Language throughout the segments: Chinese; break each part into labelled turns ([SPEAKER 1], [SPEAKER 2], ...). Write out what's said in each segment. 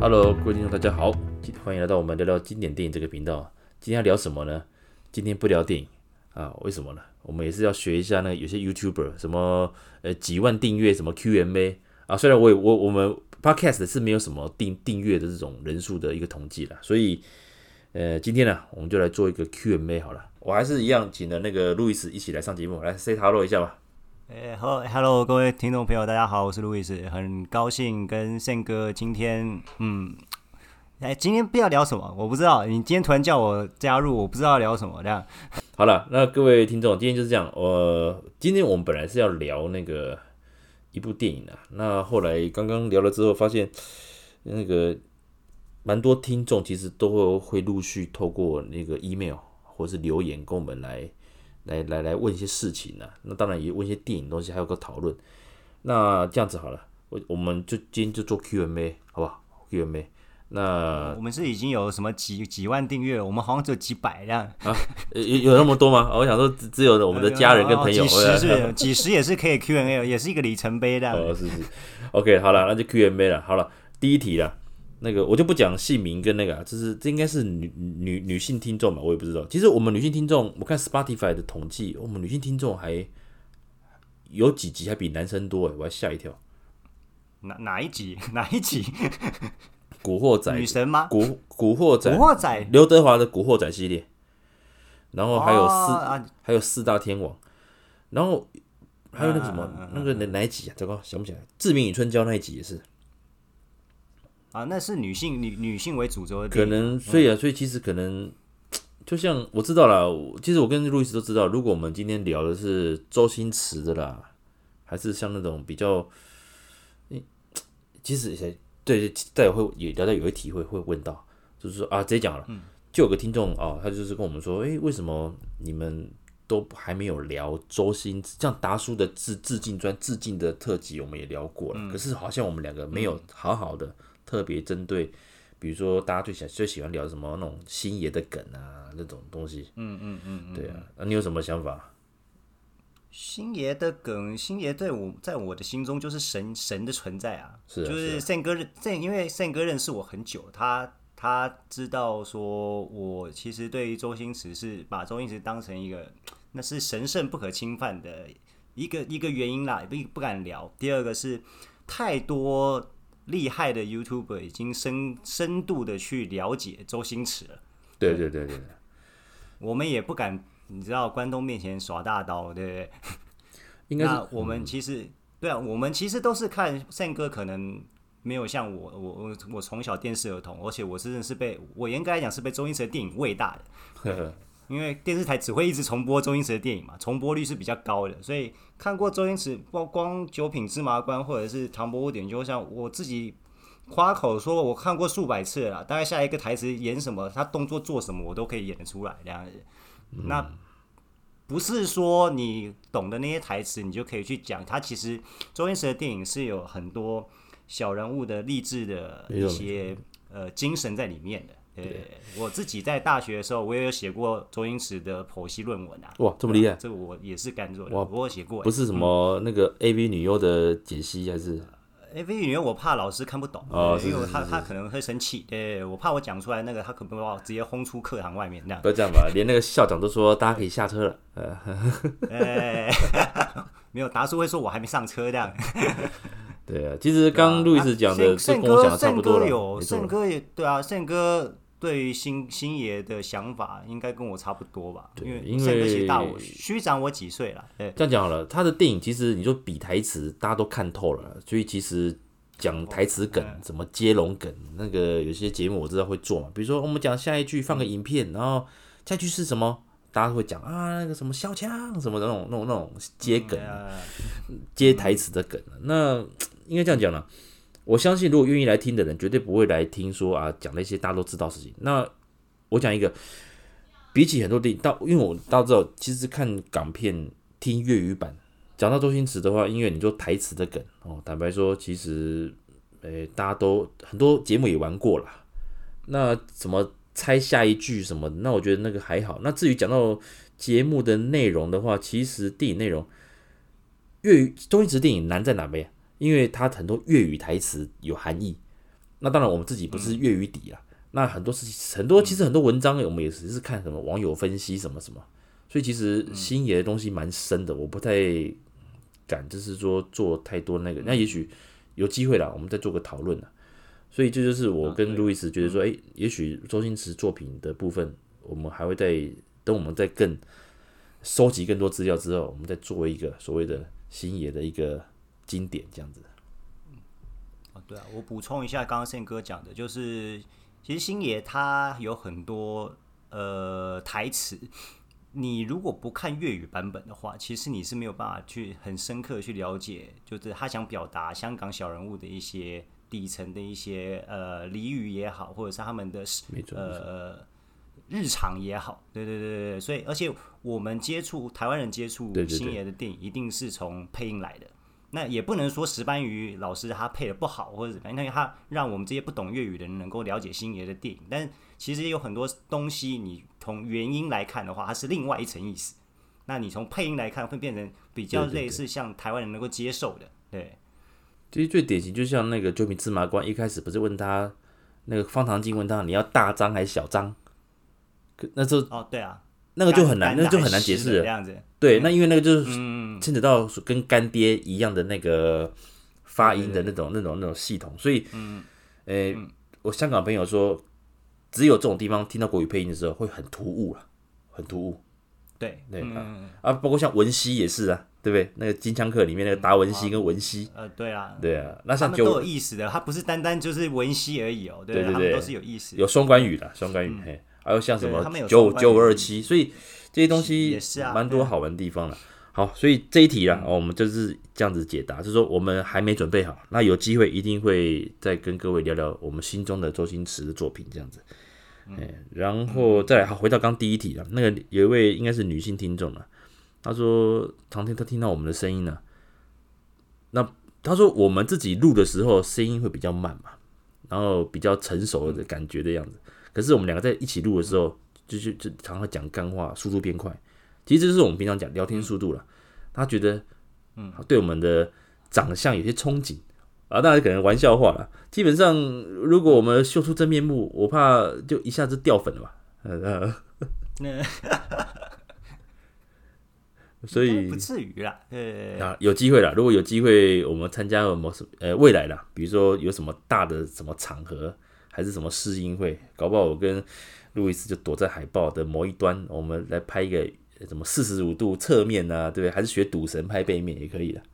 [SPEAKER 1] Hello，各位听众，大家好，欢迎来到我们聊聊经典电影这个频道。今天要聊什么呢？今天不聊电影啊？为什么呢？我们也是要学一下那个有些 YouTuber 什么几万订阅什么 Q&A 啊。虽然我们 Podcast 是没有什么订阅的这种人数的一个统计啦，所以今天呢，我们就来做一个 Q&A 好了。我还是一样请了那个路易斯一起来上节目，来 say hello 一下吧。
[SPEAKER 2] Hello，各位听众朋友，大家好，我是路易斯，很高兴跟宪哥今天，今天不知道聊什么，我不知道，你今天突然叫我加入，我不知道要聊什么，这样。
[SPEAKER 1] 好了，那各位听众，今天就是这样，今天我们本来是要聊那个一部电影的，那后来刚刚聊了之后，发现那个蛮多听众其实都会陆续透过那个 email 或是留言跟我们来问一些事情啊，那当然也问一些电影东西，还有个讨论。那这样子好了，我们就今天就做 Q&A， 好不好 ？Q&A。那
[SPEAKER 2] 我们是已经有什么几万订阅了，我们好像只有几百这样
[SPEAKER 1] 啊，有那么多吗？我想说只有我们的家人跟朋友，
[SPEAKER 2] 几十也是可以 Q&A， 也是一个里程碑这样。
[SPEAKER 1] 是 ，OK， 好了，那就 Q&A 了。好了，第一题了。那个我就不讲姓名跟那个，这应该是女性听众吧，我也不知道。其实我们女性听众，我看 Spotify 的统计，我们女性听众还有几集还比男生多我还吓一跳。
[SPEAKER 2] 哪一集？
[SPEAKER 1] 古惑仔
[SPEAKER 2] 女神吗？
[SPEAKER 1] 古惑仔，刘德华的古惑仔系列，然后还有四大天王，然后还有那个什么那个哪一集啊？糟糕，想不起来。志明与春娇那一集也是。
[SPEAKER 2] 那是女性为主轴的
[SPEAKER 1] 可能，所以其实可能，就像我知道啦，其实我跟路易斯都知道，如果我们今天聊的是周星驰的啦，还是像那种比较，其实对，待会也聊到有一题会问到，就是说啊，直接讲了，就有个听众啊，他就是跟我们说，为什么你们都还没有聊周星驰？像达叔的致敬的特辑，我们也聊过了，可是好像我们两个没有好好的。特别针对，比如说大家最喜欢聊什么那种星爷的梗啊，那种东西。对啊，那你有什么想法？
[SPEAKER 2] 星爷的梗，星爷在我的心中就是神的存在啊。就是宪哥，因为宪哥认识我很久，他知道说我其实对于周星驰是把周星驰当成一个那是神圣不可侵犯的一个原因啦，不敢聊。第二个是太多。厉害的 YouTuber 已经深度的去了解周星驰了。
[SPEAKER 1] 对。
[SPEAKER 2] 我们也不敢，你知道，关东面前耍大刀，对不对？
[SPEAKER 1] 应该是。
[SPEAKER 2] 那我们其实，对啊，我们其实都是看宪哥，可能没有像我从小电视儿童，而且我真的是我严格来讲是被周星驰的电影喂大的。因为电视台只会一直重播周星驰的电影嘛，重播率是比较高的，所以看过周星驰，光九品芝麻官或者是唐伯虎点秋香，我自己夸口说我看过数百次了，大概下一个台词演什么，他动作做什么，我都可以演得出来这样子。那不是说你懂的那些台词，你就可以去讲。他其实周星驰的电影是有很多小人物的励志的一些精神在里面的。我自己在大学的时候，我也有写过周星驰的剖析论文啊。
[SPEAKER 1] 哇，这么厉害！
[SPEAKER 2] 这个我也是干做的，
[SPEAKER 1] 我
[SPEAKER 2] 有写过。
[SPEAKER 1] 不是什么那个 AV 女优的解析，还是
[SPEAKER 2] AV 女优？我怕老师看不懂，因为他可能会生气。我怕我讲出来那个，他可能把我直接轰出课堂外面那样。
[SPEAKER 1] 不要这样吧，连那个校长都说大家可以下车了。
[SPEAKER 2] 没有，达叔会说我还没上车这样。
[SPEAKER 1] 对啊，其实刚路易斯讲的，跟我讲的差不多了。
[SPEAKER 2] 宪哥也对啊，宪哥对于星爷的想法应该跟我差不多吧？因为宪哥其实大我虚长我几岁了。
[SPEAKER 1] 这样讲好了，他的电影其实你说比台词，大家都看透了，所以其实讲台词梗，什么接龙梗，那个有些节目我知道会做嘛，比如说我们讲下一句放个影片，然后下一句是什么？大家会讲啊，那个什么小强什么的那种接梗、接台词的梗。那应该这样讲了，我相信如果愿意来听的人，绝对不会来听说啊讲那些大家都知道的事情。那我讲一个，比起很多电影，因为我大家知道，其实看港片听粤语版，讲到周星驰的话，因为你说台词的梗坦白说，其实大家都很多节目也玩过了。那什么？猜下一句什么的，那我觉得那个还好。那至于讲到节目的内容的话，其实电影内容粤语周星驰电影难在哪边？因为它很多粤语台词有含义。 那当然我们自己不是粤语底啊，那很多事情其实很多文章我们也只是看什么网友分析什么什么，所以其实星爷的东西蛮深的，我不太敢就是说做太多那个，那也许有机会啦，我们再做个讨论啦。所以这就是我跟路易斯觉得说，也许周星驰作品的部分，我们还会等我们再更收集更多资料之后，我们再作为一个所谓的星爷的一个经典这样子。
[SPEAKER 2] 对啊，我补充一下刚刚宪哥讲的，就是其实星爷他有很多台词，你如果不看粤语版本的话，其实你是没有办法去很深刻的去了解，就是他想表达香港小人物的一些底层的一些俚语也好，或者是他们的日常也好，对，所以而且我们台湾人接触星爷的电影，一定是从配音来的。那也不能说石斑鱼老师他配的不好或者怎么样，因为他让我们这些不懂粤语的人能够了解星爷的电影，但其实有很多东西你从原音来看的话，它是另外一层意思。那你从配音来看，会变成比较类似像台湾人能够接受的。对，
[SPEAKER 1] 其实最典型就像那个九品芝麻官一开始不是问他那个方唐镜问他你要大张还是小张，那时候
[SPEAKER 2] 对啊，
[SPEAKER 1] 那个就很难，那就很难解释了。
[SPEAKER 2] 这样子，
[SPEAKER 1] 对，那因为那个就是牵扯到跟干爹一样的那个发音的那种系统，所以，我香港朋友说，只有这种地方听到国语配音的时候会很突兀了，很突兀。
[SPEAKER 2] 对，
[SPEAKER 1] 包括像文熙也是啊，对不对？那个金枪客里面那个达文西跟文熙，
[SPEAKER 2] 对啊，
[SPEAKER 1] 那像
[SPEAKER 2] 他们都有意思的，他不是单单就是文熙而已哦，对，他们都是有意思的，
[SPEAKER 1] 有双关语啦，双关语，还有像什么9527，所以这些东西蛮多好玩的地方了。好，所以这一题啦，我们就是这样子解答，就是说我们还没准备好，那有机会一定会再跟各位聊聊我们心中的周星驰的作品这样子。然后再来回到刚第一题了，那个有一位应该是女性听众了，她说唐天她听到我们的声音呢，那她说我们自己录的时候声音会比较慢嘛，然后比较成熟的感觉的样子。可是我们两个在一起录的时候，就常常讲干话，速度变快。其实这就是我们平常讲聊天速度了。他觉得，对我们的长相有些憧憬啊，当然可能玩笑话了。基本上，如果我们秀出真面目，我怕就一下子掉粉了吧。所以
[SPEAKER 2] 不至于啦。
[SPEAKER 1] 有机会啦，如果有机会，我们参加未来啦，比如说有什么大的什么场合。还是什么试映会，搞不好我跟路易斯就躲在海报的某一端，我们来拍一个什么45度侧面啊，对不对？还是学赌神拍背面也可以的。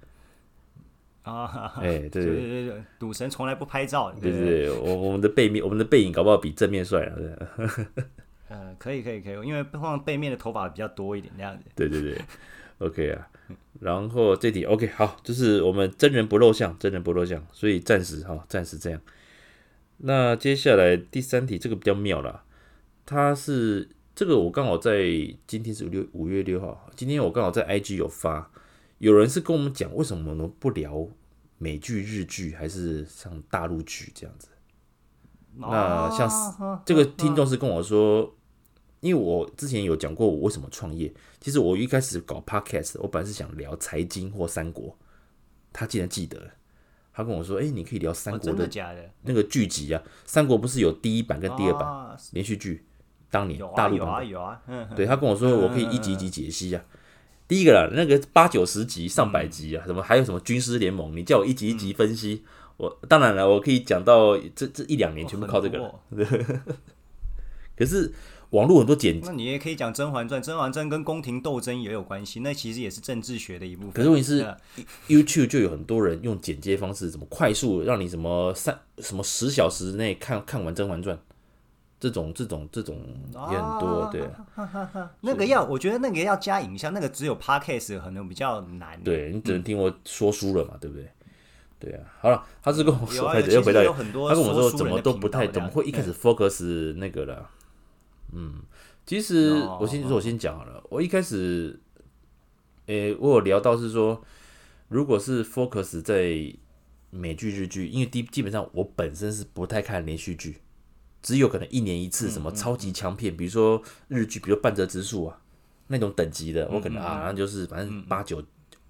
[SPEAKER 1] 对，
[SPEAKER 2] 赌神从来不拍照。
[SPEAKER 1] 对，我们的背面，我们的背影搞不好比正面帅
[SPEAKER 2] 啊。可以，因为放背面的头发比较多一点，这样子。
[SPEAKER 1] 对，OK 啊。然后这题 OK 好，就是我们真人不露相，所以暂时这样。那接下来第三题，这个比较妙啦，它是这个我刚好在今天是5月6号，今天我刚好在 IG 有发，有人是跟我们讲为什么我们不聊美剧、日剧，还是像大陆剧这样子。那像这个听众是跟我说，因为我之前有讲过我为什么创业，其实我一开始搞 Podcast， 我本来是想聊财经或三国，他竟然记得了。他跟我说：“你可以聊三国的那个剧集啊，三国不是有第一版跟第二版连续剧？当年大陆版
[SPEAKER 2] 有啊。
[SPEAKER 1] 对，他跟我说我可以一集一集解析啊。第一个啦，那个80、90集、上百集啊，什么还有什么军师联盟，你叫我一集一集分析，我当然了，我可以讲到这1-2年全部靠这个了。可是网络很多剪辑，
[SPEAKER 2] 那你也可以讲《甄嬛传》，《甄嬛传》跟宫廷斗争也有关系，那其实也是政治学的一部分。
[SPEAKER 1] 可是问题是 ，YouTube 就有很多人用剪接方式，怎么快速让你什么10小时内看完《甄嬛传》，这种也很多，对。
[SPEAKER 2] 那个我觉得那个要加影像，那个只有 Podcast 可能比较难。
[SPEAKER 1] 对你只能听我说书了嘛，对不对？对啊，好了，他是跟我说，
[SPEAKER 2] 又
[SPEAKER 1] 回到
[SPEAKER 2] 他
[SPEAKER 1] 跟我说怎么都不太，怎么会一开始 focus 那个了？其实我先讲好了。我一开始，我有聊到是说，如果是 focus 在美剧、日剧，因为基本上我本身是不太看连续剧，只有可能1年1次什么超级强片，比如说日剧，比如半泽直树啊那种等级的，我可能然后就是反正8、9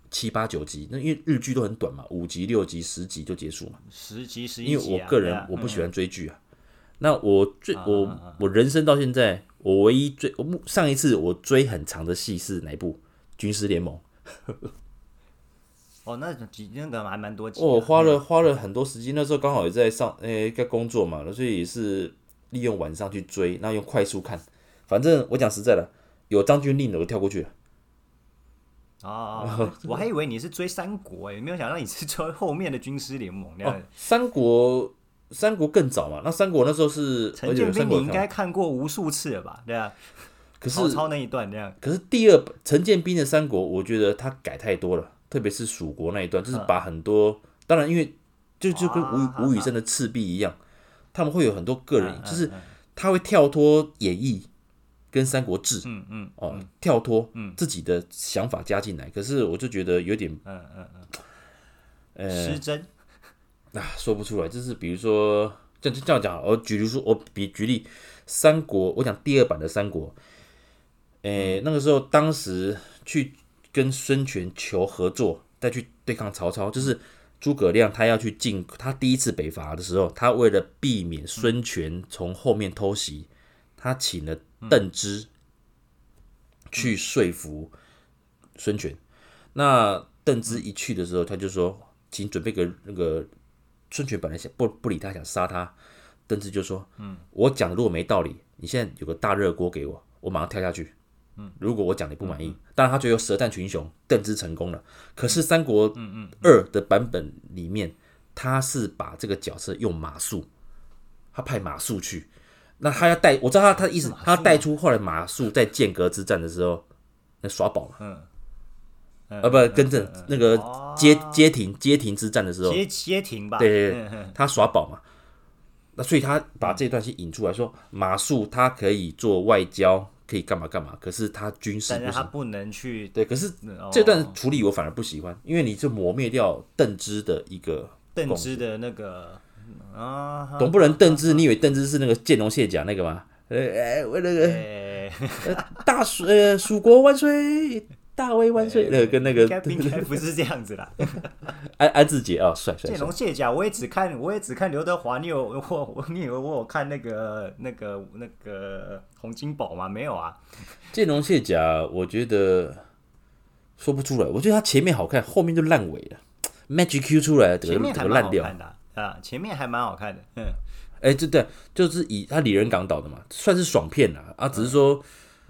[SPEAKER 1] 7、8、9集，那因为日剧都很短嘛，5集、6集、10集就结束嘛。
[SPEAKER 2] 10集、11集、
[SPEAKER 1] 因为我个人我不喜欢追剧啊。那我人生到现在，我唯一上一次我追很长的戏是哪一部？军师联盟。
[SPEAKER 2] 哦，那个还蛮多集。
[SPEAKER 1] 我花了很多时间，那时候刚好也在在工作嘛，所以也是利用晚上去追，然后用快速看。反正我讲实在的，有张钧甯的我跳过去了。
[SPEAKER 2] 我还以为你是追三国没有想到你是追后面的军师联盟那样。
[SPEAKER 1] 三国更早嘛，那三国那时候是
[SPEAKER 2] 陈建斌，你应该看过无数次了吧？对啊。
[SPEAKER 1] 可是
[SPEAKER 2] 曹操那一段这样。
[SPEAKER 1] 可是第二陈建斌的三国，我觉得他改太多了，特别是蜀国那一段，就是把很多，当然因为就跟吴宇森的赤壁一样，他们会有很多个人，就是他会跳脱演义跟三国志，跳脱自己的想法加进来。可是我就觉得有点，
[SPEAKER 2] 失真
[SPEAKER 1] 说不出来。就是比如说这样讲，我举例三国，我讲第二版的三国。那个时候，当时去跟孙权求合作，再去对抗曹操，就是诸葛亮他要去他第一次北伐的时候，他为了避免孙权从后面偷袭，他请了邓芝去说服孙权。那邓芝一去的时候，他就说，请准备个那个，孙权本来想不理他，想杀他，邓芝就说，我讲的如果没道理，你现在有个大热锅给我，我马上跳下去。如果我讲你不满意，当然他最后舌战群雄，邓芝成功了。可是《三国2》的版本里面，他是把这个角色用马谡，他派马谡去，那他要带，我知道他的意思，他要带出后来马谡在剑阁之战的时候，那耍宝嘛，不，更正，那个街亭之战的时候，
[SPEAKER 2] 街亭吧，
[SPEAKER 1] 对，他耍宝嘛。那所以他把这段戏引出来说，马谡他可以做外交。可以干嘛干嘛，可是他军事不行，
[SPEAKER 2] 但是他不能去。
[SPEAKER 1] 对，可是这段处理我反而不喜欢，因为你就磨灭掉邓芝的一个
[SPEAKER 2] 邓芝的那个
[SPEAKER 1] 总不能邓芝，你以为邓芝是那个见龙卸甲那个吗？为那个蜀国万岁，大魏万岁，跟那个
[SPEAKER 2] 应该不是这样子啦。
[SPEAKER 1] 安志杰啊，帅。
[SPEAKER 2] 见龙卸甲，我也只看刘德华，你以为我有看那个洪金宝吗？没有啊。
[SPEAKER 1] 见龙卸甲，我觉得说不出来，我觉得他前面好看，后面就烂尾了。Magic Q 出来，整个烂掉
[SPEAKER 2] 啊，前面还蛮好看的。
[SPEAKER 1] 对，就是以他李仁港导的嘛，算是爽片啦。只是说，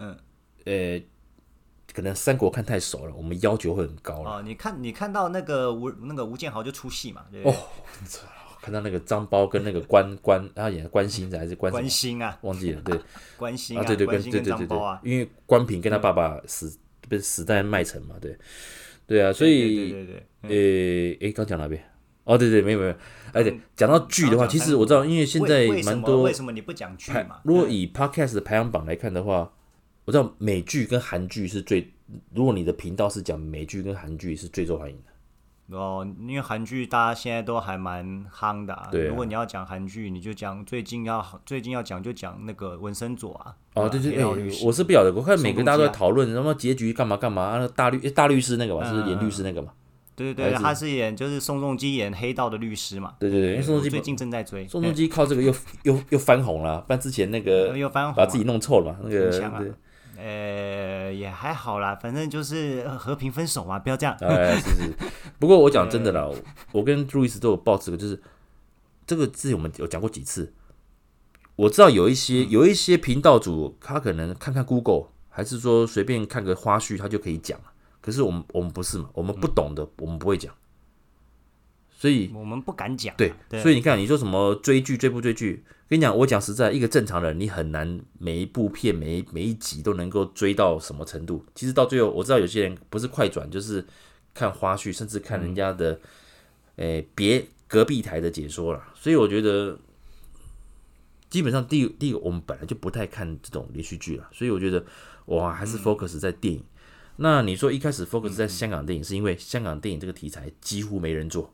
[SPEAKER 1] 可能三国看太熟了，我们要求会很高了。
[SPEAKER 2] 你看到那个吴建豪就出戏嘛？对不对？
[SPEAKER 1] 看到那个张包跟那个关，他演的关心还是关
[SPEAKER 2] 心啊？
[SPEAKER 1] 忘记了，对，
[SPEAKER 2] 关心
[SPEAKER 1] 对，
[SPEAKER 2] 关心跟张包啊，
[SPEAKER 1] 因为关平跟他爸爸死在麦城嘛，对啊，所以刚讲哪边？对，没有，讲到剧的话，其实我知道，因为现在蛮多，
[SPEAKER 2] 为什么你不讲剧嘛？
[SPEAKER 1] 如果以 Podcast 的排行榜来看的话，我知道美剧跟韩剧是如果你的频道是讲美剧跟韩剧是最受欢迎的。
[SPEAKER 2] 因为韩剧大家现在都还蛮夯的
[SPEAKER 1] 对。
[SPEAKER 2] 如果你要讲韩剧，你就讲最近要讲就讲那个文森佐啊。
[SPEAKER 1] 对，我是不晓得，我看每个大家都在讨论什么结局干嘛，大律师那个嘛，是演律师那个嘛。
[SPEAKER 2] 对，他是演就是宋仲基演黑道的律师嘛。
[SPEAKER 1] 对，因为宋仲基
[SPEAKER 2] 最近正在追。
[SPEAKER 1] 宋仲基靠这个又翻红了，不然之前那个
[SPEAKER 2] 又翻红，
[SPEAKER 1] 把自己弄臭了嘛，那个。
[SPEAKER 2] 也还好啦，反正就是和平分手嘛，不要这样。
[SPEAKER 1] 是。不过我讲真的啦，我跟路易斯都有抱持个，就是这个之前我们有讲过几次。我知道有一些频道主，他可能看看 Google， 还是说随便看个花絮，他就可以讲。可是我们不是嘛，我们不懂的，我们不会讲。所以
[SPEAKER 2] 我们不敢讲。
[SPEAKER 1] 对，所以你看，你说什么追剧追不追剧？跟你讲，我讲实在，一个正常人，你很难每一部片每一集都能够追到什么程度。其实到最后，我知道有些人不是快转，就是看花絮，甚至看人家的隔壁台的解说啦。所以我觉得，基本上第一个，我们本来就不太看这种连续剧啦，所以我觉得我还是 focus 在电影。那你说一开始 focus 在香港电影，是因为香港电影这个题材几乎没人做。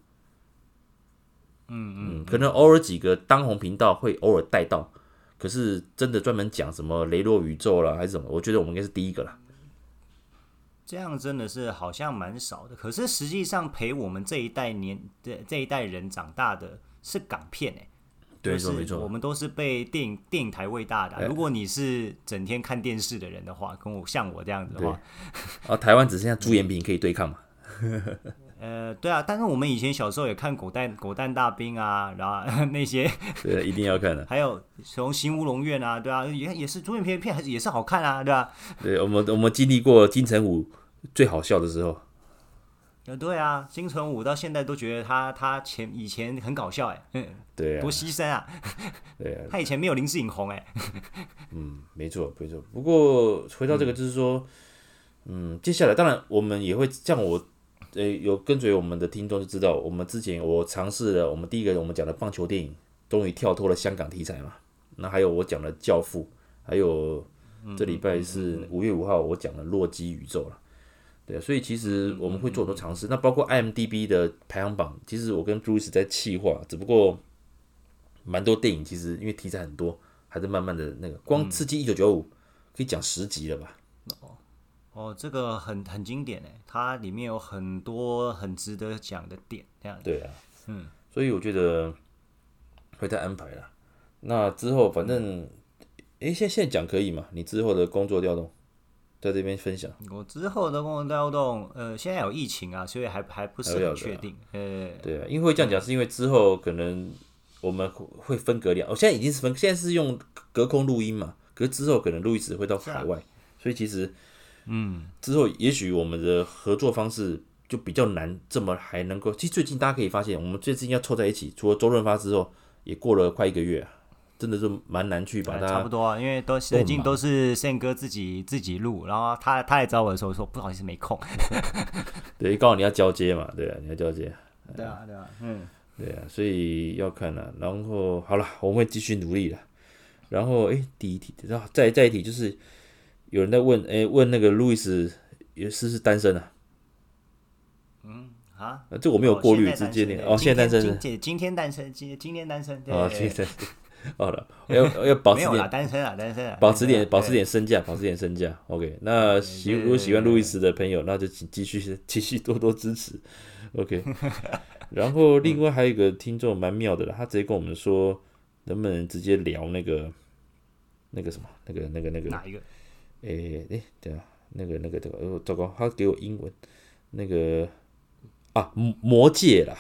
[SPEAKER 1] 可能偶尔几个当红频道会偶尔带到，可是真的专门讲什么雷洛宇宙啦还是什么，我觉得我们应该是第一个啦。
[SPEAKER 2] 这样真的是好像蛮少的。可是实际上陪我们这一代人长大的是港片
[SPEAKER 1] 对，没错没错，
[SPEAKER 2] 我们都是被电影台喂大的。如果你是整天看电视的人的话，像我这样子的话，
[SPEAKER 1] 台湾只剩下朱延平可以对抗嘛。
[SPEAKER 2] 对啊，但是我们以前小时候也看狗蛋大兵啊，然后那些
[SPEAKER 1] 对，一定要看的。
[SPEAKER 2] 还有从新乌龙院啊，对啊，也是朱延平的片，也是好看啊，对吧？
[SPEAKER 1] 对，我们经历过金城武最好笑的时候。
[SPEAKER 2] 对啊，金城武到现在都觉得他以前很搞笑
[SPEAKER 1] 对啊，
[SPEAKER 2] 多牺牲啊，
[SPEAKER 1] 对啊，
[SPEAKER 2] 他以前没有林志颖红
[SPEAKER 1] 没错没错。不过回到这个就是说，接下来当然我们也会像我。有跟随我们的听众就知道，我们之前我尝试了，我们第一个我们讲的棒球电影，终于跳脱了香港题材嘛。那还有我讲的《教父》，还有这礼拜是5月5号我讲的《洛基宇宙》了。对啊，所以其实我们会做很多尝试。那包括 IMDB 的排行榜，其实我跟 Bruce 在企划，只不过蛮多电影其实因为题材很多，还是慢慢的那个。光《刺激1995》可以讲10集了吧？
[SPEAKER 2] 这个很经典它里面有很多很值得讲的点，这样。
[SPEAKER 1] 对啊，所以我觉得会再安排啦。那之后反正，现在讲可以吗？你之后的工作调动，在这边分享。
[SPEAKER 2] 我之后的工作调动，现在有疫情啊，所以还不是很确定。
[SPEAKER 1] 对啊，因为会这样讲，是因为之后可能我们会分隔两，现在已经是现在是用隔空录音嘛，可是之后可能录音室会到海外，所以其实。之后也许我们的合作方式就比较难，这么还能够。其实最近大家可以发现，我们最近要凑在一起，除了周润发之后，也过了快1个月真的是蛮难去把它。
[SPEAKER 2] 差不多啊，因为最近都是宪哥自己录，然后他来找我的时候说不好意思没空。
[SPEAKER 1] 对，刚好你要交接嘛，对啊，你要交接。
[SPEAKER 2] 对啊，
[SPEAKER 1] 对啊，所以要看了。然后好了，我们会继续努力的。然后第一题，然后再一题就是。有人在问那个路易斯也是单身啊？这我没有过滤，直接念现在单身，
[SPEAKER 2] 今天单身，今天单身，
[SPEAKER 1] 今天单身。好了，要保持点
[SPEAKER 2] 单身啊，
[SPEAKER 1] 保持点身价，保持点身价。OK， 那如果喜欢路易斯的朋友，那就请继续多多支持。OK， 然后另外还有一个听众蛮妙的啦，他直接跟我们说，能不能直接聊那个什么，那个
[SPEAKER 2] 哪一个？
[SPEAKER 1] 对啊，那个，糟糕，他给我英文，那个魔戒啦，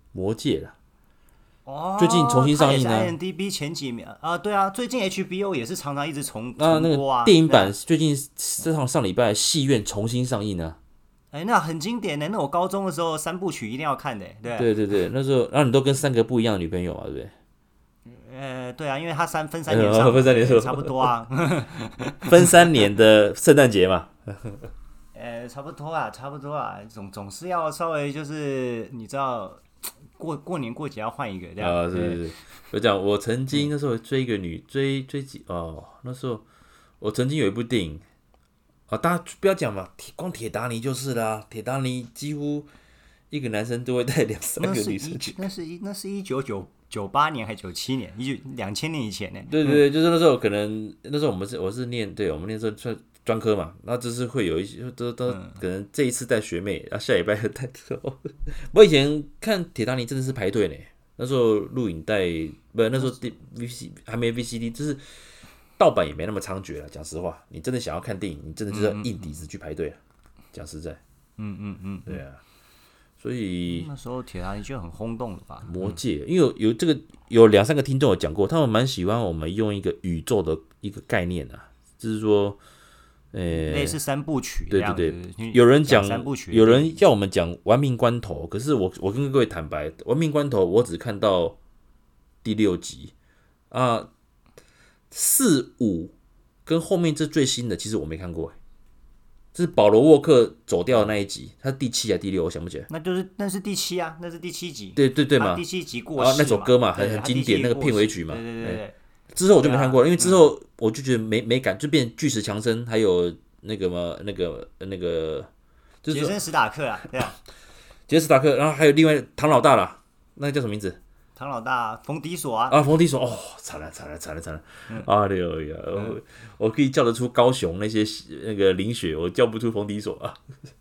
[SPEAKER 1] 最近重新上映呢。
[SPEAKER 2] IMDB 前几名啊，对啊，最近 HBO 也是常常一直重播
[SPEAKER 1] 那个电影版最近上礼拜戏院重新上映呢。
[SPEAKER 2] 那很经典那我高中的时候3部曲一定要看的，
[SPEAKER 1] 对，那时候然后你都跟3个不一样的女朋友嘛，对不对？
[SPEAKER 2] 对啊，因为他分3年上，
[SPEAKER 1] 分3年
[SPEAKER 2] 差不多啊。
[SPEAKER 1] 分3年的圣诞节嘛。
[SPEAKER 2] 差不多啊，总是要稍微就是你知道，过年过节要换一个这样。
[SPEAKER 1] 是。我讲我曾经那时候追一个那时候我曾经有一部电影大家不要讲嘛，光铁达尼就是啦，铁达尼几乎一个男生都会带2-3个女生去。
[SPEAKER 2] 那是1998年还是97年？2000年以前呢？
[SPEAKER 1] 对，就是那时候可能那时候我是念，对，我们那时候专科嘛，然后就是会有一些都可能这一次带学妹，然后下礼拜带我以前看铁达尼真的是排队呢，那时候录影带那时候 VC 还没 VCD， 就是盗版也没那么猖獗了。讲实话，你真的想要看电影，你真的就是要硬底子去排队讲实在，对啊。所以
[SPEAKER 2] 那时候铁达尼就很轰动了吧？
[SPEAKER 1] 魔戒，因为有2-3个听众有讲过，他们蛮喜欢我们用一个宇宙的一个概念就是说，
[SPEAKER 2] 类似3部曲。
[SPEAKER 1] 对，有人讲
[SPEAKER 2] 3部曲，
[SPEAKER 1] 有人要我们讲玩命关头，可是我跟各位坦白，玩命关头我只看到第6集4、5跟后面这最新的，其实我没看过。这是保罗沃克走掉的那一集，他是第7还是第6？我想不起来。
[SPEAKER 2] 那是第7啊，那是第7集。
[SPEAKER 1] 对嘛，
[SPEAKER 2] 第7集过世嘛，
[SPEAKER 1] 那首歌嘛，很经典，那个片尾曲嘛。
[SPEAKER 2] 对。
[SPEAKER 1] 之后我就没看过了，因为之后我就觉得没感，就变巨石强森，还有那个就是
[SPEAKER 2] 杰森·史塔克啦，对啊，
[SPEAKER 1] 杰森·史塔克，然后还有另外唐老大啦，那个叫什么名字？
[SPEAKER 2] 唐老大冯迪所啊，
[SPEAKER 1] 啊，冯迪所哦，惨了，啊对呀，我可以叫得出高雄那些那个林雪，我叫不出冯迪所啊。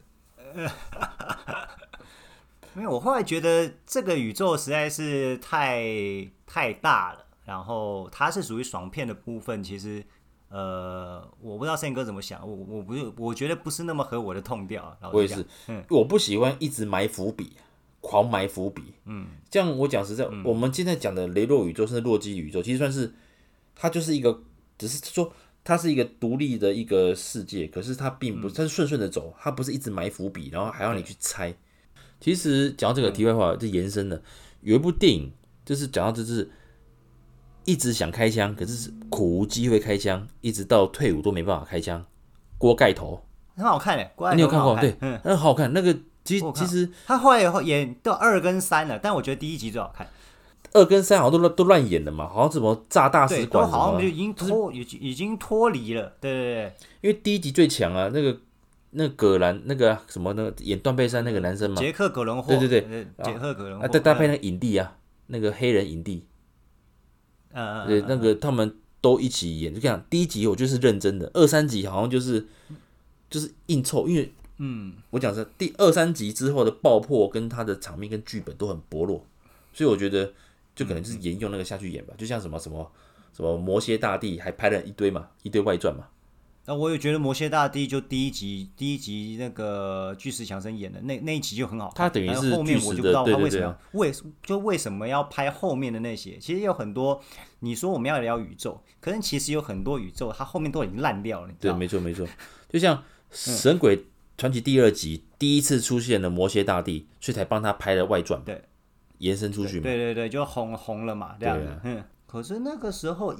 [SPEAKER 2] 没有，我后来觉得这个宇宙实在是太大了，然后它是属于爽片的部分，其实我不知道宪哥怎么想，我觉得不是那么合我的痛调。
[SPEAKER 1] 我也是，我不喜欢一直埋伏笔，狂埋伏笔。这样我讲实在，我们现在讲的雷洛宇宙甚至洛基宇宙，其实算是它就是一个，只是说它是一个独立的一个世界，可是它并不，它是顺的走，它不是一直埋伏笔，然后还要你去猜。其实讲到这个题外话，就延伸了，有一部电影就是讲到就是一直想开枪，可是苦无机会开枪，一直到退伍都没办法开枪。锅盖头
[SPEAKER 2] 很好看诶，
[SPEAKER 1] 你有看过？对，那好好看。那个其实
[SPEAKER 2] 他后来演到2跟3了，但我觉得第1集最好看。
[SPEAKER 1] 2跟3好像都乱演了嘛，好像什么炸大使馆，
[SPEAKER 2] 好像已经脱离了。对，
[SPEAKER 1] 因为第1集最强啊，那葛兰那个什么那个演断背山那个男生嘛，
[SPEAKER 2] 杰克·葛伦霍，
[SPEAKER 1] 对，
[SPEAKER 2] 杰克·葛伦霍，
[SPEAKER 1] 再搭配那个影帝啊，那个黑人影帝，对，那个他们都一起演。就这样，第1集我觉得是认真的，2、3集好像就是硬凑，因为我讲是第2、3集之后的爆破跟他的场面跟剧本都很薄弱，所以我觉得就可能就是沿用那个下去演吧，就像什么魔蝎大帝还拍了一堆外传嘛。
[SPEAKER 2] 那我也觉得魔蝎大帝就第一集那个巨石强森演的那一集就很好看，
[SPEAKER 1] 他等于是
[SPEAKER 2] 后面我就不知道他为什么为什么要拍后面的那些。其实有很多，你说我们要聊宇宙，可是其实有很多宇宙它后面都已经烂掉了，你知道吗？
[SPEAKER 1] 对，没错，就像《神鬼传奇》第2集第一次出现了魔蝎大帝，所以才帮他拍了外传，
[SPEAKER 2] 对，
[SPEAKER 1] 延伸出去嘛。
[SPEAKER 2] 对，就红了嘛，这样子。可是那个时候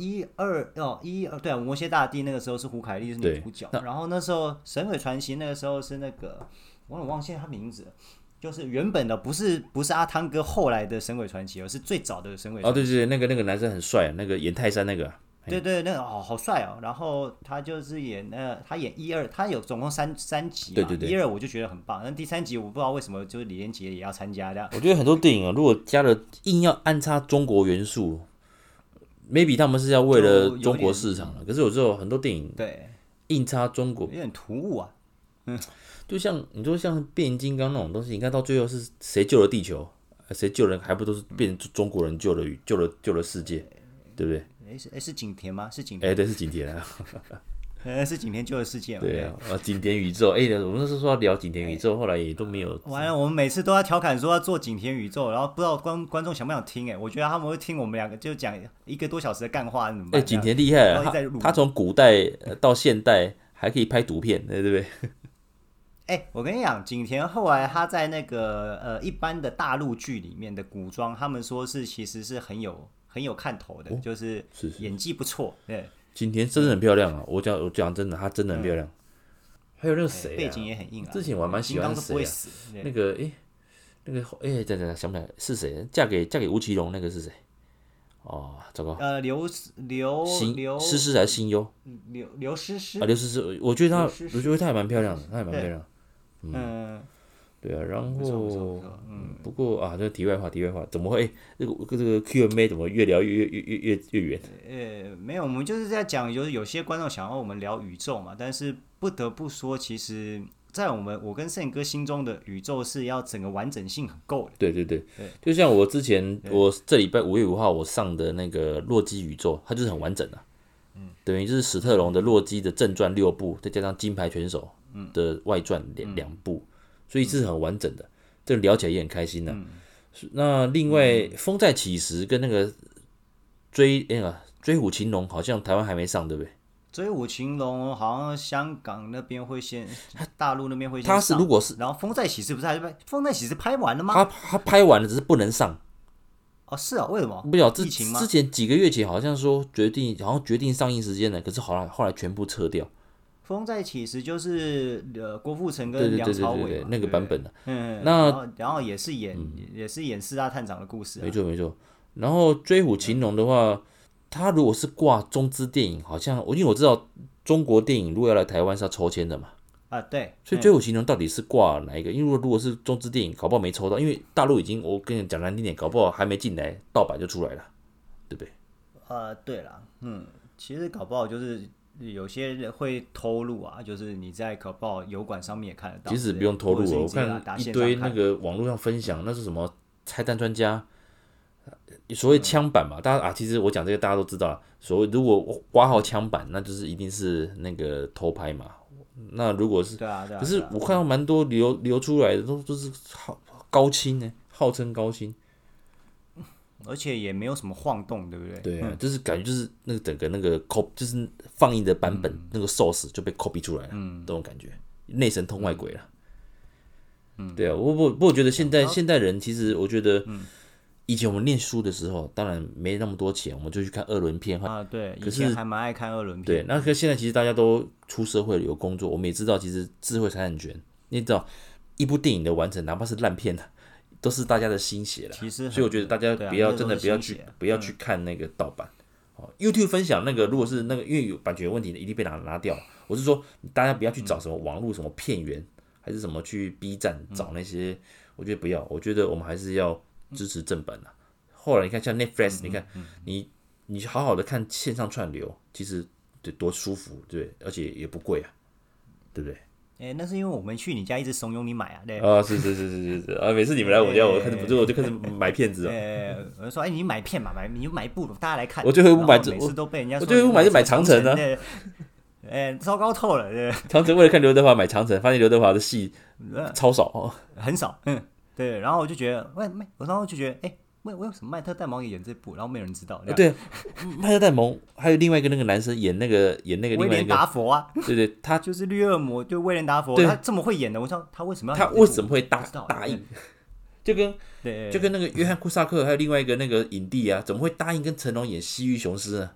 [SPEAKER 2] 1、2，对啊，魔蝎大帝那个时候是胡凯丽是女主角，然后那时候神鬼传奇那个时候是那个我忘记他名字了，就是原本的不是阿汤哥后来的神鬼传奇，而是最早的神鬼传奇。
[SPEAKER 1] 对，那个男生很帅，那个演泰山那个。
[SPEAKER 2] 对，那个好帅哦。然后他就是演他演1、2，他有总共三集嘛。对，1、2我就觉得很棒，但第3集我不知道为什么就是李连杰也要参加这样。
[SPEAKER 1] 我觉得很多电影啊，如果加了硬要安插中国元素。maybe 他们是要为了中国市场的，可是有时候很多电影
[SPEAKER 2] 对
[SPEAKER 1] 硬插中国
[SPEAKER 2] 有点突兀啊。
[SPEAKER 1] 就像你说像变形金刚那种东西，你看到最后是谁救了地球，谁救人，还不都是变成中国人救了世界，对不对？
[SPEAKER 2] 是景田吗？是景田？
[SPEAKER 1] 对，是景田啊。
[SPEAKER 2] 是景田救了世界嘛？
[SPEAKER 1] 对啊，景田宇宙，我们那时候说要聊景田宇宙，后来也都没有。
[SPEAKER 2] 完了，我们每次都要调侃说要做景田宇宙，然后不知道观众想不想听？我觉得他们会听我们2个就讲1个多小时的干话，怎么办？
[SPEAKER 1] 景田厉害了，他从古代到现代还可以拍毒片，对不对？
[SPEAKER 2] 我跟你讲，景田后来他在那个一般的大陆剧里面的古装，他们说是其实是很有看头的，就是演技不错，对。
[SPEAKER 1] 景田真的很漂亮啊！我讲真的，她真的很漂亮。还有那个谁
[SPEAKER 2] 背景也很硬啊。
[SPEAKER 1] 之前我还蛮喜欢谁啊？那个等想不起来是谁？嫁给吴奇隆那个是谁？哦，糟糕。
[SPEAKER 2] 刘
[SPEAKER 1] 诗诗还是辛优？
[SPEAKER 2] 刘诗诗
[SPEAKER 1] 啊，刘诗诗，我觉得她还蛮漂亮的，她还蛮漂亮。对啊，然后不过啊，这题外话，怎么会这个 Q&A 怎么越聊越远？
[SPEAKER 2] 没有，我们就是在讲，就是有些观众想要我们聊宇宙嘛，但是不得不说，其实，在我跟宪哥心中的宇宙是要整个完整性很够的。
[SPEAKER 1] 对，就像我之前我这礼拜5月5号我上的那个洛基宇宙，它就是很完整的，等于就是史特龙的洛基的正传6部，再加上金牌拳手的外传2部。所以是很完整的，这个聊起来也很开心的。那另外，《风再起时》跟那个追虎擒龙好像台湾还没上，对不对？
[SPEAKER 2] 追虎擒龙好像香港那边会先，大陆那边会先上。
[SPEAKER 1] 他是如果是，
[SPEAKER 2] 然后《风再起时》不是还风再起时》拍完了吗？
[SPEAKER 1] 他拍完了，只是不能上。
[SPEAKER 2] 是啊，为什么？
[SPEAKER 1] 不晓得
[SPEAKER 2] 疫情吗？
[SPEAKER 1] 之前几个月前好像说决定上映时间了，可是后来全部撤掉。
[SPEAKER 2] 风再起时就是郭富城跟梁朝伟
[SPEAKER 1] 那个版本的，
[SPEAKER 2] 然后也是演4大探长的故事，
[SPEAKER 1] 没错。然后追虎擒龙的话，他如果是挂中资电影，好像因为我知道中国电影如果要来台湾是要抽签的嘛，
[SPEAKER 2] 啊，对，
[SPEAKER 1] 所以《追虎形龙》到底是挂哪一个？因为如果是中资电影，搞不好没抽到，因为大陆已经我跟你讲难听点，搞不好还没进来，盗版就出来了，对不对？
[SPEAKER 2] 对啦，其实搞不好就是有些人会偷录啊，就是你在搞不好油管上面也看得到。
[SPEAKER 1] 其实不用偷录哦，我看一堆那个网络上分享，那是什么拆弹专家，所谓枪版嘛，大家其实我讲这个大家都知道了。所谓如果挂号枪版，那就是一定是那个偷拍嘛。那如果是，
[SPEAKER 2] 对啊，
[SPEAKER 1] 可是我看到蛮多流出来的都是高清呢，号称高清，
[SPEAKER 2] 而且也没有什么晃动，对不对？
[SPEAKER 1] 对啊，就是感觉就是那个整个那个 copy 就是放映的版本、那个 source 就被 copy 出来了，这种感觉，内神通外鬼了。对啊，我觉得现代人其实我觉得，以前我们念书的时候，当然没那么多钱，我们就去看二轮片
[SPEAKER 2] 啊，对，
[SPEAKER 1] 可是
[SPEAKER 2] 以前还蛮爱看二轮片。
[SPEAKER 1] 对，那可现在其实大家都出社会了有工作，我们也知道，其实智慧财产权，你知道一部电影的完成，哪怕是烂片都是大家的心血了。
[SPEAKER 2] 其实，
[SPEAKER 1] 所以我觉得大家不要、真的不要去看那个盗版。YouTube 分享那个，如果是那个因为有版权问题的，一定被拿掉。我是说，大家不要去找什么网络什么片源，还是什么去 B 站找那些，我觉得不要。我觉得我们还是要支持正版的。后来你看像 Netflix，你看你好好的看线上串流，其实对多舒服，对，而且也不贵啊，对不对？
[SPEAKER 2] 那是因为我们去你家一直怂恿你买啊，对。
[SPEAKER 1] 是啊，每次你们来我家，我就开始买片子
[SPEAKER 2] 我就说，你买片嘛，你就买一部，大家来看。
[SPEAKER 1] 我最后一部买，
[SPEAKER 2] 每次都被人家说，
[SPEAKER 1] 我最后一部买是买长城啊。
[SPEAKER 2] 糟糕透了。对，
[SPEAKER 1] 长城为了看刘德华买长城，发现刘德华的戏超少，
[SPEAKER 2] 很少。对，然后我就觉得，然后就觉得，为什么麦特戴蒙也演这部，然后没有人知道？
[SPEAKER 1] 对，麦特戴蒙还有另外一个那个男生演那个另外一个
[SPEAKER 2] 威廉达佛啊，
[SPEAKER 1] 对，他
[SPEAKER 2] 就是绿恶魔，就威廉达佛，他这么会演的，我说他为什么
[SPEAKER 1] 会答应？就跟那个约翰库萨克还有另外一个那个影帝啊，怎么会答应跟成龙演西域雄狮呢？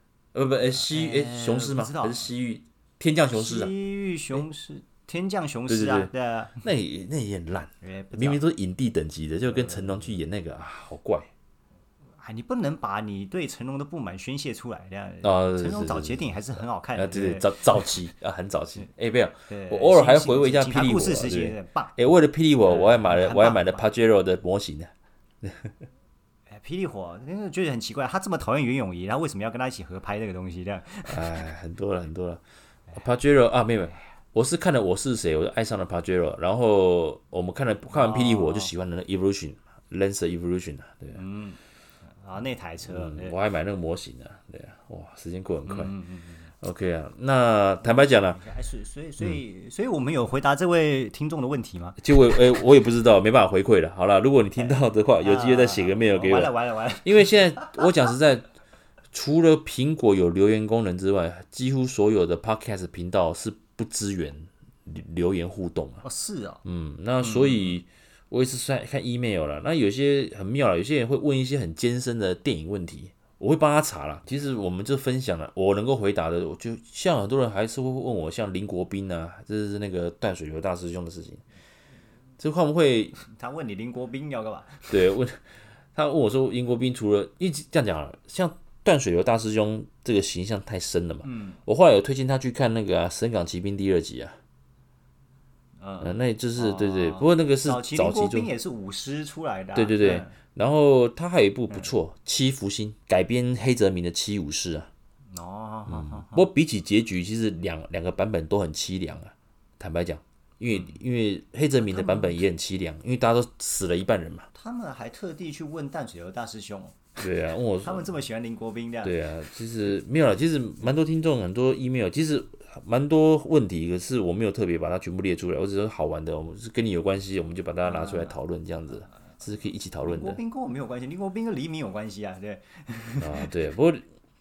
[SPEAKER 1] 雄狮吗？还是西域天降雄狮啊？
[SPEAKER 2] 西域雄狮。天降雄狮啊，对啊，
[SPEAKER 1] 那也很烂，明明都是影帝等级的，就跟成龙去演那个啊，好怪。
[SPEAKER 2] 你不能把你对成龙的不满宣泄出来，这样。成龙早期的电影还是很好看的，
[SPEAKER 1] 对，早期啊，很早期。不要，我偶尔还回味一下霹雳火，对。为了霹雳火，我还买了 Pajero 的模型呢。
[SPEAKER 2] 霹雳火，真的觉得很奇怪，他这么讨厌袁咏仪，他为什么要跟他一起合拍这个东西？这样。
[SPEAKER 1] 很多了。Pajero 啊，没有。我是看了《我是谁》，我就爱上了 Pajero， 然后我们看完《霹雳火》就喜欢了 Evolution、Lancer Evolution 对啊。
[SPEAKER 2] 那台车，
[SPEAKER 1] 我还买那个模型啊，对啊，哇，时间过很快。OK 啊，那坦白讲了，
[SPEAKER 2] 所以我们有回答这位听众的问题吗？
[SPEAKER 1] 就我也不知道，没办法回馈了。好了，如果你听到的话，有机会再写个 mail 给我。
[SPEAKER 2] 完了，
[SPEAKER 1] 因为现在我讲实在。除了苹果有留言功能之外，几乎所有的 Podcast 频道是不支援留言互动啊。
[SPEAKER 2] 是啊。
[SPEAKER 1] 那所以我也是看 email 了。那有些很妙了，有些人会问一些很艰深的电影问题，我会帮他查了。其实我们就分享了我能够回答的，就像很多人还是会问我，像林国斌啊，这是那个淡水流大师兄的事情。这会不会？
[SPEAKER 2] 他问你林国斌要干嘛？
[SPEAKER 1] 对，他问我说林国斌除了，因为这样讲了，像。淡水流大师兄这个形象太深了嘛，我后来有推荐他去看那个神港奇兵第2集啊，那就是对，不过那个是早期
[SPEAKER 2] 林国斌也是舞狮出来的，
[SPEAKER 1] 对，然后他还有一部不错《七福星》，改编黑泽明的《七武士》啊，不过比起结局，其实两个版本都很凄凉啊，坦白讲，因为黑泽明的版本也很凄凉，因为大家都死了一半人嘛，
[SPEAKER 2] 他们还特地去问淡水流大师兄。
[SPEAKER 1] 对啊，问我
[SPEAKER 2] 他们这么喜欢林国斌这样。
[SPEAKER 1] 对啊，其实没有了，其实蛮多听众很多 email， 其实蛮多问题，可是我没有特别把它全部列出来，我只是好玩的，我们是跟你有关系，我们就把它拿出来讨论，这样子，这是可以一起讨论的。
[SPEAKER 2] 林国斌跟我没有关系，林国斌跟黎明有关系啊，对。
[SPEAKER 1] 对，不过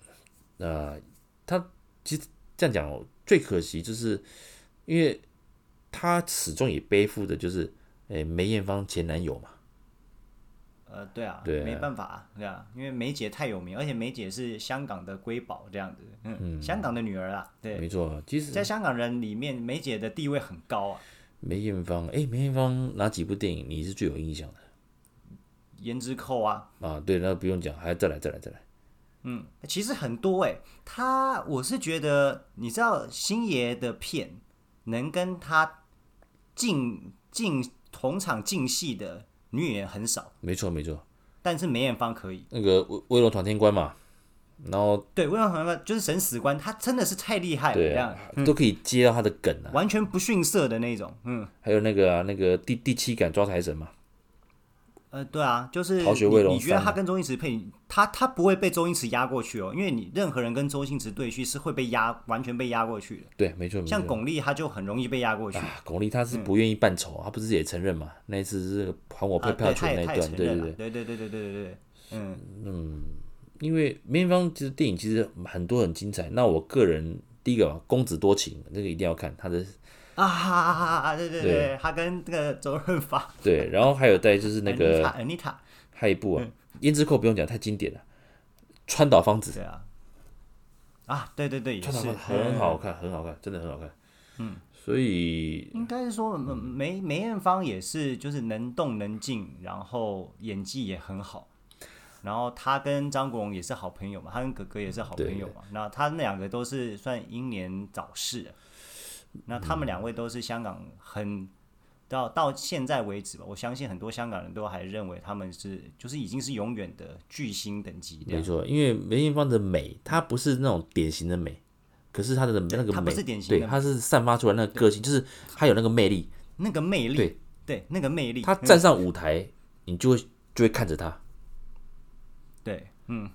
[SPEAKER 1] 他其实这样讲，最可惜就是因为他始终也背负的就是梅艳芳前男友嘛。
[SPEAKER 2] 对啊，没办法，对啊，因为梅姐太有名，而且梅姐是香港的瑰宝这样子，香港的女儿啦，对，
[SPEAKER 1] 没错，其实，
[SPEAKER 2] 在香港人里面，梅姐的地位很高啊。
[SPEAKER 1] 梅艳芳，梅艳芳哪几部电影你是最有印象的？
[SPEAKER 2] 胭脂扣啊，
[SPEAKER 1] 对，那不用讲，还再来。
[SPEAKER 2] 其实很多我是觉得，你知道星爷的片， 能跟他同场竞戏的女演员很少。
[SPEAKER 1] 没错没错，
[SPEAKER 2] 但是梅艳芳可以。
[SPEAKER 1] 那个威龙闯天关嘛，然后
[SPEAKER 2] 对，威龙闯天关就是审死官，他真的是太厉害了，
[SPEAKER 1] 对
[SPEAKER 2] 这样
[SPEAKER 1] 都可以接到他的梗啊，
[SPEAKER 2] 完全不逊色的那种。
[SPEAKER 1] 还有那个第七感抓财神嘛，
[SPEAKER 2] 对啊，就是
[SPEAKER 1] 逃学威龙
[SPEAKER 2] 你觉得
[SPEAKER 1] 3
[SPEAKER 2] 他跟周星驰配，他不会被周星驰压过去哦，因为你任何人跟周星驰对戏是会被完全被压过去的。
[SPEAKER 1] 对，没错没错。
[SPEAKER 2] 像巩俐他就很容易被压过去。
[SPEAKER 1] 巩俐她是不愿意扮丑，她不是也承认嘛？那一次是还我票钱那一段，
[SPEAKER 2] 对，
[SPEAKER 1] 因为梅艳芳其实电影其实很多很精彩。那我个人第一个嘛，公子多情那个一定要看，他的
[SPEAKER 2] 对，他跟那个周润发。
[SPEAKER 1] 对，然后还有在就是那个
[SPEAKER 2] Anita，
[SPEAKER 1] 还有一部啊，胭脂扣不用讲，太经典了，川岛芳子。
[SPEAKER 2] 对啊，对，也是
[SPEAKER 1] 很好看，很好看，真的很好看。所以
[SPEAKER 2] 应该是说梅艳芳也是，就是能动能静，然后演技也很好。然后他跟张国荣也是好朋友嘛，他跟哥哥也是好朋友嘛。那他们两个都是算英年早逝。那他们两位都是香港到现在为止吧，我相信很多香港人都还认为他们就是已经是永远的巨星等级。
[SPEAKER 1] 没错，因为梅艳芳的美，她不是那种典型的美，可是她的那个美，
[SPEAKER 2] 她不是典型的美，
[SPEAKER 1] 对，她是散发出来那个个性，就是她有那个魅力，
[SPEAKER 2] 那个魅力，对，那个魅力。
[SPEAKER 1] 她站上舞台，你就会看着她。
[SPEAKER 2] 对，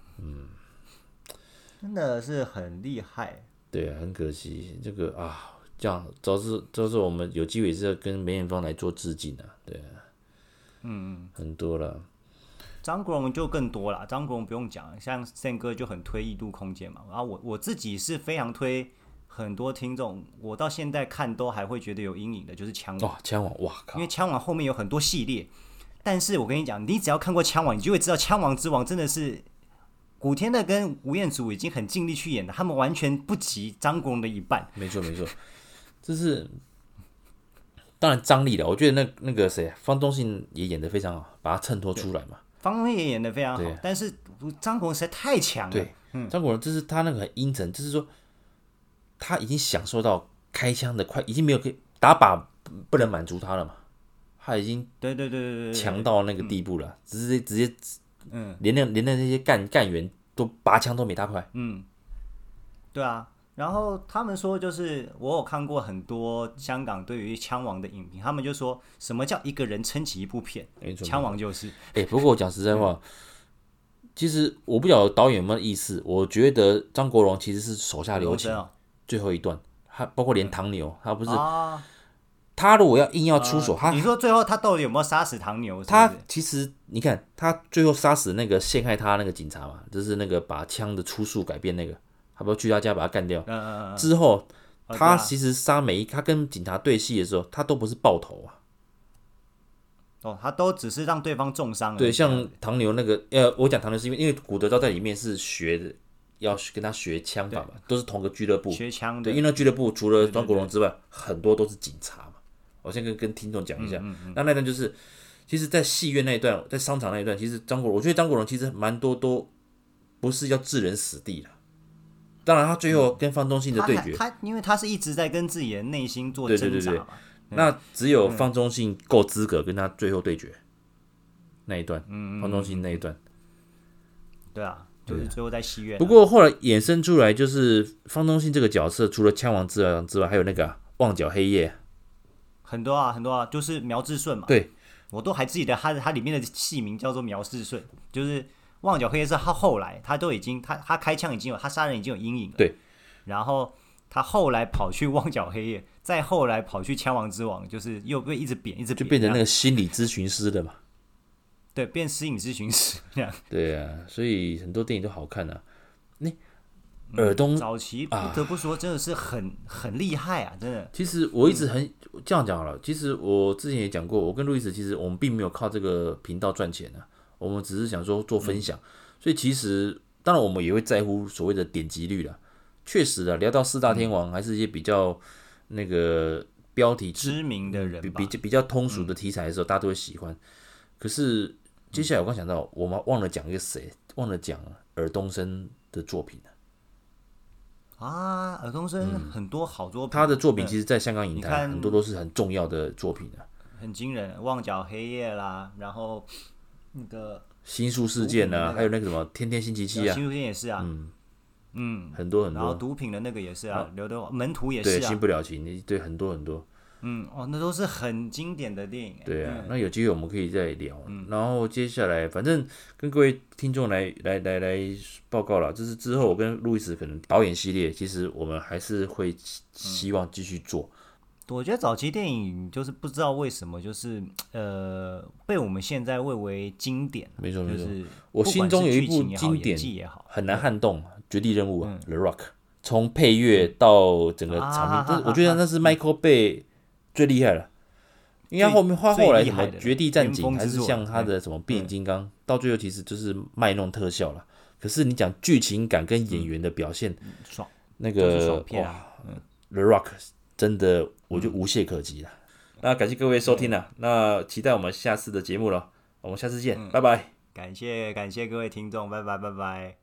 [SPEAKER 2] 真的是很厉害。
[SPEAKER 1] 对啊，很可惜这个啊，这样早知我们有机会是要跟梅艳芳来做致敬啊，对啊，很多了。
[SPEAKER 2] 张国荣就更多了，张国荣不用讲，像 Sam 哥就很推《异度空间》嘛，然后我自己是非常推，很多听众我到现在看都还会觉得有阴影的，就是《枪王》。
[SPEAKER 1] 枪王，哇靠！
[SPEAKER 2] 因为《枪王》后面有很多系列，但是我跟你讲，你只要看过《枪王》，你就会知道《枪王之王》真的是古天乐跟吴彦祖已经很尽力去演的，他们完全不及张国荣的一半。
[SPEAKER 1] 没错，这是当然张力了。我觉得那个谁，方中信也演得非常好，把他衬托出来嘛。
[SPEAKER 2] 方中信也演得非常好，但是张国荣实在太强了。
[SPEAKER 1] 对，张国荣就是他那个很阴沉，就是说他已经享受到开枪的已经没有打靶不能满足他了嘛，他已经
[SPEAKER 2] 对
[SPEAKER 1] 强到那个地步了，直接连那些干员都拔枪都没他快。
[SPEAKER 2] 对啊。然后他们说，就是我有看过很多香港对于枪王的影评，他们就说什么叫一个人撑起一部片，枪王就是。
[SPEAKER 1] 不过我讲实在话，其实我不晓得导演有没有意思，我觉得张国荣其实是手下留情，最后一段，他包括连唐牛，他不是。他如果硬要出手，
[SPEAKER 2] 你说最后他到底有没有杀死唐牛？
[SPEAKER 1] 他其实你看，他最后杀死那个陷害他那个警察嘛，就是那个把枪的出处改变那个，他不去他家把他干掉。之后他其实他跟警察对戏的时候，他都不是爆头啊。
[SPEAKER 2] 他都只是让对方重伤。
[SPEAKER 1] 对，像唐牛那个，我讲唐牛是因为古德昭在里面是学的，要跟他学枪法嘛，都是同个俱乐部
[SPEAKER 2] 学枪的。
[SPEAKER 1] 对，因为那俱乐部除了张国荣之外，很多都是警察嘛。我先跟听众讲一下，那段就是，其实，在戏院那一段，在商场那一段，其实我觉得张国荣其实蛮多都不是要置人死地了。当然，他最后跟方中信的对决，
[SPEAKER 2] 因为他是一直在跟自己的内心做挣扎嘛。
[SPEAKER 1] 那只有方中信够资格跟他最后对决那一段，方中信那一段。
[SPEAKER 2] 对啊，就是最后在戏院。
[SPEAKER 1] 不过后来衍生出来，就是方中信这个角色，除了枪王之外，还有那个旺角黑夜。
[SPEAKER 2] 很多啊，就是苗志顺嘛。
[SPEAKER 1] 对，
[SPEAKER 2] 我都还记得他里面的戏名叫做苗志顺，就是旺角黑夜是他后来他都已经他开枪已经有他杀人已经有阴影了。
[SPEAKER 1] 对，
[SPEAKER 2] 然后他后来跑去旺角黑夜，再后来跑去枪王之王，就是又被一直贬，就
[SPEAKER 1] 变成那个心理咨询师的嘛。
[SPEAKER 2] 对，变心理咨询师这样。
[SPEAKER 1] 对啊，所以很多电影都好看啊。尔东
[SPEAKER 2] 早期不得不说真的是很厉害啊，真的。
[SPEAKER 1] 其实我一直这样讲好了。其实我之前也讲过，我跟路易斯其实我们并没有靠这个频道赚钱啊，我们只是想说做分享。所以其实当然我们也会在乎所谓的点击率啦。确实的，聊到四大天王，还是一些比较那个标题
[SPEAKER 2] 知名的人吧，
[SPEAKER 1] 比较通俗的题材的时候，大家都会喜欢。可是接下来我刚想到，我们忘了讲一个谁，忘了讲尔冬升的作品了。
[SPEAKER 2] 啊，尔冬升很多好作品，
[SPEAKER 1] 他的作品其实在香港影
[SPEAKER 2] 你看
[SPEAKER 1] 坛很多都是很重要的作品啊，
[SPEAKER 2] 很惊人，《旺角黑夜》啦，然后那个
[SPEAKER 1] 新宿事件啊，
[SPEAKER 2] 毒品的那个
[SPEAKER 1] 还有那个什么天天星期七啊，
[SPEAKER 2] 新宿店也是啊，
[SPEAKER 1] 很多很
[SPEAKER 2] 然后
[SPEAKER 1] 多，
[SPEAKER 2] 毒品的那个也是啊，刘德华门徒也
[SPEAKER 1] 对，
[SPEAKER 2] 是啊，
[SPEAKER 1] 新不了情，对，很多很多。
[SPEAKER 2] 那都是很经典的电影。
[SPEAKER 1] 对啊，那有机会我们可以再聊。然后接下来，反正跟各位听众来报告了，就是之后我跟路易斯可能导演系列，其实我们还是会希望继续做。
[SPEAKER 2] 我觉得早期电影就是不知道为什么，就是被我们现在谓为经典，
[SPEAKER 1] 没错没错，
[SPEAKER 2] 就是
[SPEAKER 1] 我心中有一部经典
[SPEAKER 2] 也好，
[SPEAKER 1] 很难撼动，绝地任务啊，《The Rock》，从配乐到整个场面，我觉得那是 Michael Bay 最厉害了。因为他后来什么绝地战警，还是像他的什么变形金刚，到最后其实就是卖弄特效了。可是你讲剧情感跟演员的表现，
[SPEAKER 2] 爽，
[SPEAKER 1] 那个
[SPEAKER 2] 哇
[SPEAKER 1] ，The Rock 真的我就无懈可击了。那感谢各位收听了，那期待我们下次的节目了，我们下次见，拜拜。
[SPEAKER 2] 感谢各位听众，拜拜。